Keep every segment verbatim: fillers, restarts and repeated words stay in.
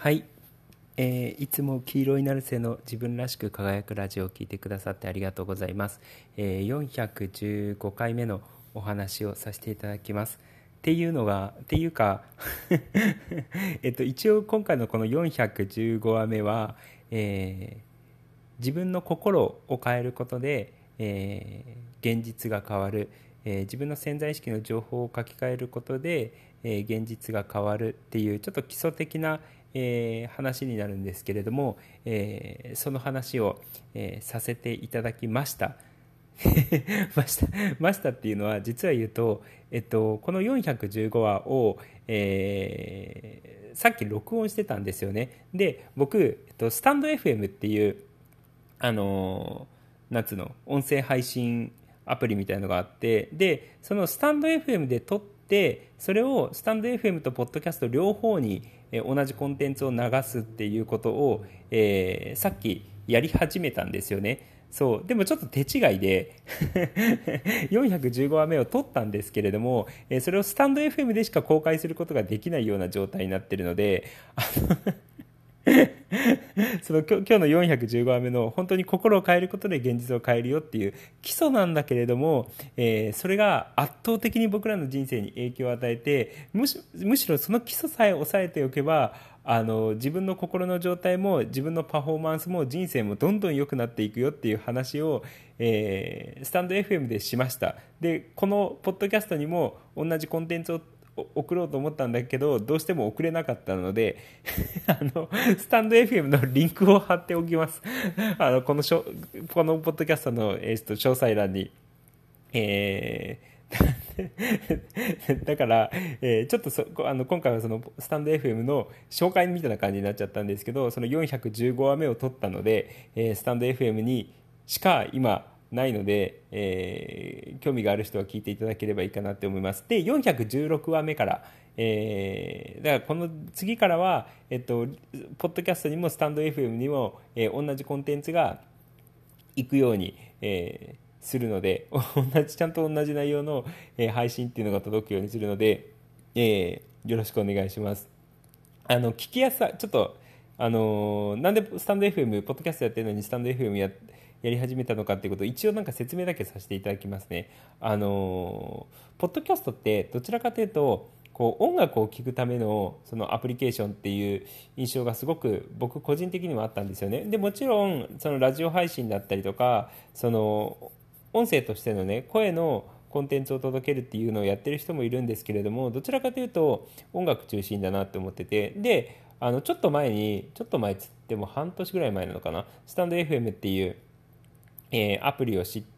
はい、えーいつも黄色いナルセの自分らしく輝くラジオを聞いてくださってありがとうございます。えーよんひゃくじゅうごかいめのお話をさせていただきます。っていうのがっていうかえっと一応今回のこのよんひゃくじゅうごわめは、えー自分の心を変えることで、えー現実が変わる、えー自分の潜在意識の情報を書き換えることで、えー現実が変わるっていうちょっと基礎的な、えー話になるんですけれども、えーその話を、えーさせていただきました。ましたましたっていうのは実は言うと、えっと、このよんひゃくじゅうごわを、えーさっき録音してたんですよね。で僕、えっと、スタンド エフエム っていうあの夏の音声配信アプリみたいなのがあって、でそのスタンド エフエム で撮って、それをスタンド エフエム とポッドキャスト両方にえー同じコンテンツを流すっていうことを、えーさっきやり始めたんですよね。そうでもちょっと手違いでよんひゃくじゅうごわめを撮ったんですけれども、えーそれをスタンド エフエム でしか公開することができないような状態になっているので、その今日今日のよんひゃくじゅうごわめの本当に心を変えることで現実を変えるよっていう基礎なんだけれども、えーそれが圧倒的に僕らの人生に影響を与えて、むしむしろその基礎さえ押さえておけば、あの自分の心の状態も自分のパフォーマンスも人生もどんどん良くなっていくよっていう話を、えースタンド エフエム でしました。でこのポッドキャストにも同じコンテンツを送ろうと思ったんだけど、どうしても送れなかったのであのスタンド エフエム のリンクを貼っておきます。あのこのしょこのポッドキャストの、えーと詳細欄に、えーだから、えーちょっとそあの今回はそのスタンド エフエム の紹介みたいな感じになっちゃったんですけど、そのよんひゃくじゅうごわめを取ったので、えースタンド エフエム にしか今ないので、えー興味がある人は聞いていただければいいかなって思います。でよんひゃくじゅうろくわめから、えーだからこの次からは、えっと、ポッドキャストにもスタンド エフエム にも、えー同じコンテンツが行くように、えーするので同じちゃんと同じ内容の、えー配信っていうのが届くようにするので、えーよろしくお願いします。あの聞きやすさちょっと、あのーなんでスタンド エフエム ポッドキャストやってるのにスタンド エフエム ややり始めたのかっていうことを一応なんか説明だけさせていただきますね。あのーポッドキャストってどちらかというとこう音楽を聴くためのそのアプリケーションっていう印象がすごく僕個人的にもあったんですよね。でもちろんそのラジオ配信だったりとか、その音声としてのね声のコンテンツを届けるっていうのをやってる人もいるんですけれども、どちらかというと音楽中心だなって思ってて、であのちょっと前にちょっと前っつっても半年ぐらい前なのかな、スタンド エフエム っていう、えーアプリを知って、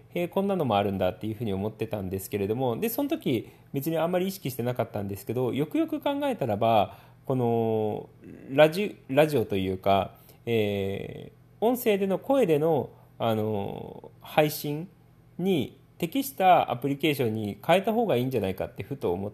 えーこんなのもあるんだっていうふうに思ってたんですけれども、でその時別にあんまり意識してなかったんですけど、よくよく考えたらばこのラジラジオというか、えー音声での声での、あの配信に適したアプリケーションに変えた方がいいんじゃないかってふと思って、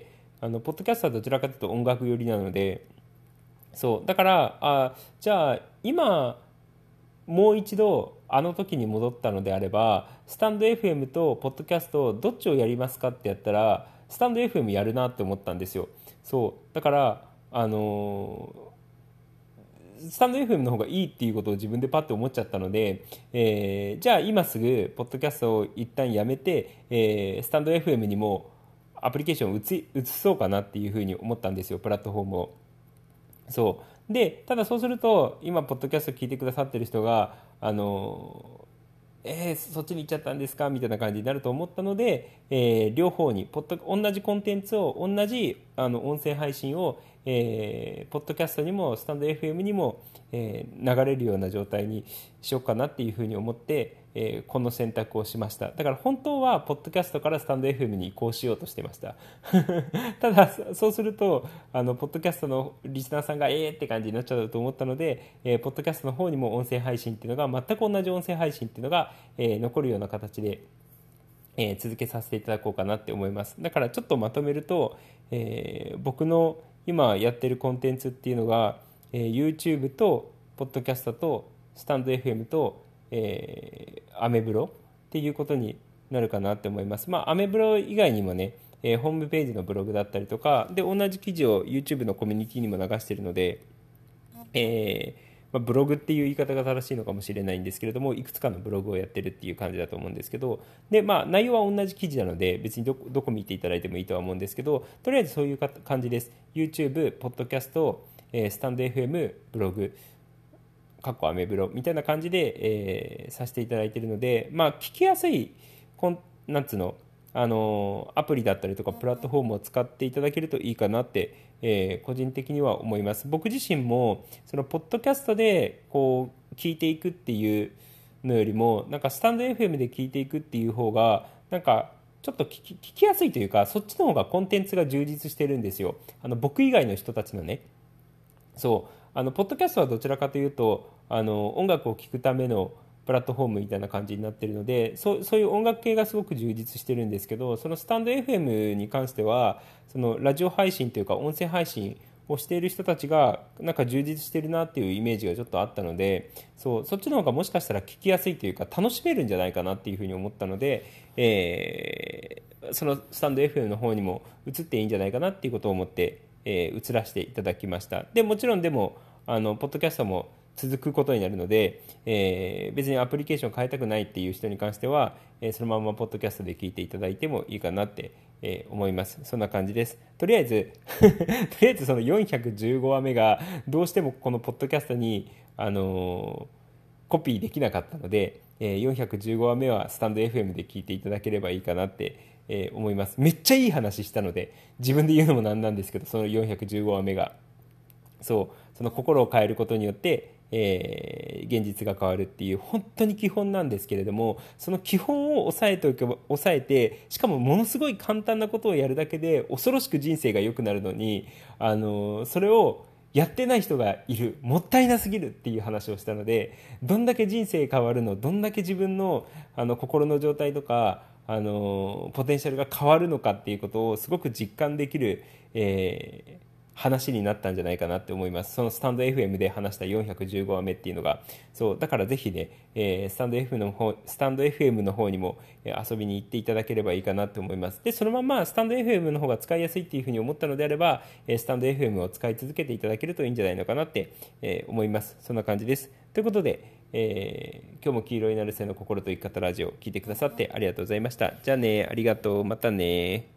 あのポッドキャストはどちらかというと音楽寄りなので、そうだからあじゃあ今もう一度あの時に戻ったのであれば、スタンド エフエム とポッドキャストどっちをやりますかってやったらスタンド エフエム やるなって思ったんですよ。そうだからあのースタンド エフエム の方がいいっていうことを自分でパッと思っちゃったので、えーじゃあ今すぐポッドキャストを一旦やめて、えースタンド エフエム にもアプリケーションを移移そうかなっていうふうに思ったんですよ、プラットフォームを。そうでただそうすると今ポッドキャスト聞いてくださってる人があのえー、そっちに行っちゃったんですかみたいな感じになると思ったので、えー両方にポッド同じコンテンツを同じあの音声配信を、えーポッドキャストにもスタンド エフエム にも、えー流れるような状態にしようかなっていうふうに思って、えーこの選択をしました。だから本当はポッドキャストからスタンド エフエム に移行しようとしてましたただそうするとあのポッドキャストのリスナーさんがえーって感じになっちゃうと思ったので、えーポッドキャストの方にも音声配信っていうのが全く同じ音声配信っていうのが、えー残るような形で、えー続けさせていただこうかなって思います。だからちょっとまとめると、えー僕の今やってるコンテンツっていうのが、えー YouTube とポッドキャストとスタンド エフエム と、えーアメブロっていうことになるかなって思います。まあアメブロ以外にもね、えーホームページのブログだったりとかで同じ記事を YouTube のコミュニティにも流しているので、 えーまあ、ブログっていう言い方が正しいのかもしれないんですけれども、いくつかのブログをやってるっていう感じだと思うんですけど、で、まあ、内容は同じ記事なので別にどこどこ見ていただいてもいいとは思うんですけど、とりあえずそういうか感じです。 YouTube、ポッドキャスト、えースタンド エフエム、ブログ、かっこアメブロみたいな感じで、えーさせていただいているので、まあ、聞きやすいコンなんつうの、あのアプリだったりとかプラットフォームを使っていただけるといいかなって、えー個人的には思います。僕自身もそのポッドキャストでこう聞いていくっていうのよりも、なんかスタンド エフエム で聞いていくっていう方がなんかちょっと聞き、聞きやすいというか、そっちの方がコンテンツが充実してるんですよ。あの僕以外の人たちのね。そうあのポッドキャストはどちらかというと、あの音楽を聴くためのプラットフォームみたいな感じになっているので、そう、そういう音楽系がすごく充実してるんですけど、そのスタンド エフエム に関してはそのラジオ配信というか音声配信をしている人たちがなんか充実してるなっていうイメージがちょっとあったので、そうそっちの方がもしかしたら聞きやすいというか楽しめるんじゃないかなっていうふうに思ったので、えーそのスタンド エフエム の方にも移っていいんじゃないかなっていうことを思って、えー移らせていただきました。でもちろんでもあのポッドキャストも続くことになるので、えー別にアプリケーション変えたくないっていう人に関しては、えーそのままポッドキャストで聞いていただいてもいいかなって、えー思います。そんな感じです。とりあえずとりあえずそのよんひゃくじゅうごわめがどうしてもこのポッドキャストにあのーコピーできなかったので、えーよんひゃくじゅうごわめはスタンド エフエム で聞いていただければいいかなって、えー思います。めっちゃいい話したので、自分で言うのもなんなんですけど、そのよんひゃくじゅうごわめがそうその心を変えることによって、えー現実が変わるっていう本当に基本なんですけれども、その基本を押さえておけば抑えて、しかもものすごい簡単なことをやるだけで恐ろしく人生が良くなるのに、あのそれをやってない人がいる、もったいなすぎるっていう話をしたので、どんだけ人生変わるの、どんだけ自分のあの心の状態とかあのポテンシャルが変わるのかっていうことをすごく実感できる、えー話になったんじゃないかなって思います。そのスタンド エフエム で話したよんひゃくじゅうごわめっていうのが、そうだからぜひね、えースタンド エフエム の方、スタンド エフエム の方にも、えー遊びに行っていただければいいかなと思います。で、そのままスタンド エフエム の方が使いやすいっていうふうに思ったのであれば、えースタンド エフエム を使い続けていただけるといいんじゃないのかなって、えー思います。そんな感じです。ということで、えー今日も黄色いなるせの心と生き方ラジオ聞いてくださってありがとうございました。じゃあね、ありがとう、またね。